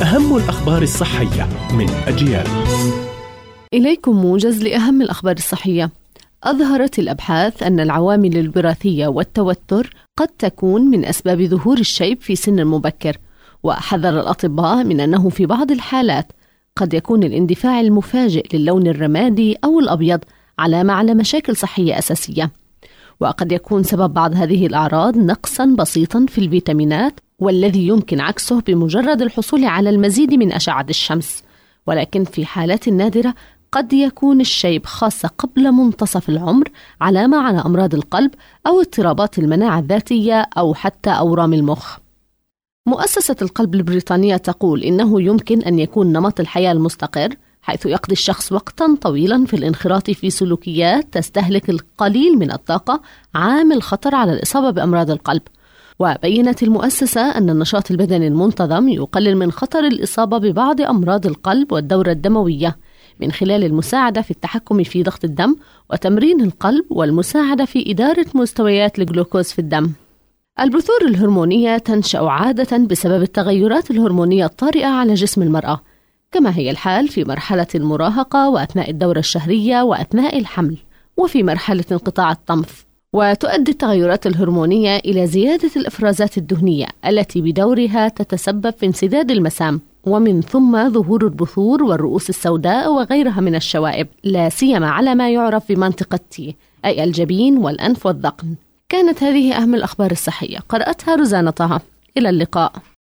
أهم الأخبار الصحية من أجيال. إليكم موجز لأهم الأخبار الصحية. أظهرت الأبحاث أن العوامل الوراثية والتوتر قد تكون من أسباب ظهور الشيب في سن مبكر، وحذر الأطباء من أنه في بعض الحالات قد يكون الاندفاع المفاجئ للون الرمادي أو الأبيض علامة على مشاكل صحية أساسية، وقد يكون سبب بعض هذه الأعراض نقصاً بسيطاً في الفيتامينات، والذي يمكن عكسه بمجرد الحصول على المزيد من أشعة الشمس. ولكن في حالات نادرة قد يكون الشيب خاصة قبل منتصف العمر علامة على أمراض القلب أو اضطرابات المناعة الذاتية أو حتى أورام المخ. مؤسسة القلب البريطانية تقول إنه يمكن أن يكون نمط الحياة المستقر، حيث يقضي الشخص وقتا طويلا في الانخراط في سلوكيات تستهلك القليل من الطاقة، عامل خطر على الإصابة بأمراض القلب. وبينت المؤسسة أن النشاط البدني المنتظم يقلل من خطر الإصابة ببعض أمراض القلب والدورة الدموية من خلال المساعدة في التحكم في ضغط الدم وتمرين القلب والمساعدة في إدارة مستويات الجلوكوز في الدم. البثور الهرمونية تنشأ عادة بسبب التغيرات الهرمونية الطارئة على جسم المرأة، كما هي الحال في مرحلة المراهقة وأثناء الدورة الشهرية وأثناء الحمل وفي مرحلة انقطاع الطمث. وتؤدي التغيرات الهرمونية إلى زيادة الإفرازات الدهنية التي بدورها تتسبب في انسداد المسام، ومن ثم ظهور البثور والرؤوس السوداء وغيرها من الشوائب، لا سيما على ما يعرف بمنطقة تي، أي الجبين والأنف والذقن. كانت هذه أهم الأخبار الصحية، قرأتها روزانا طه. إلى اللقاء.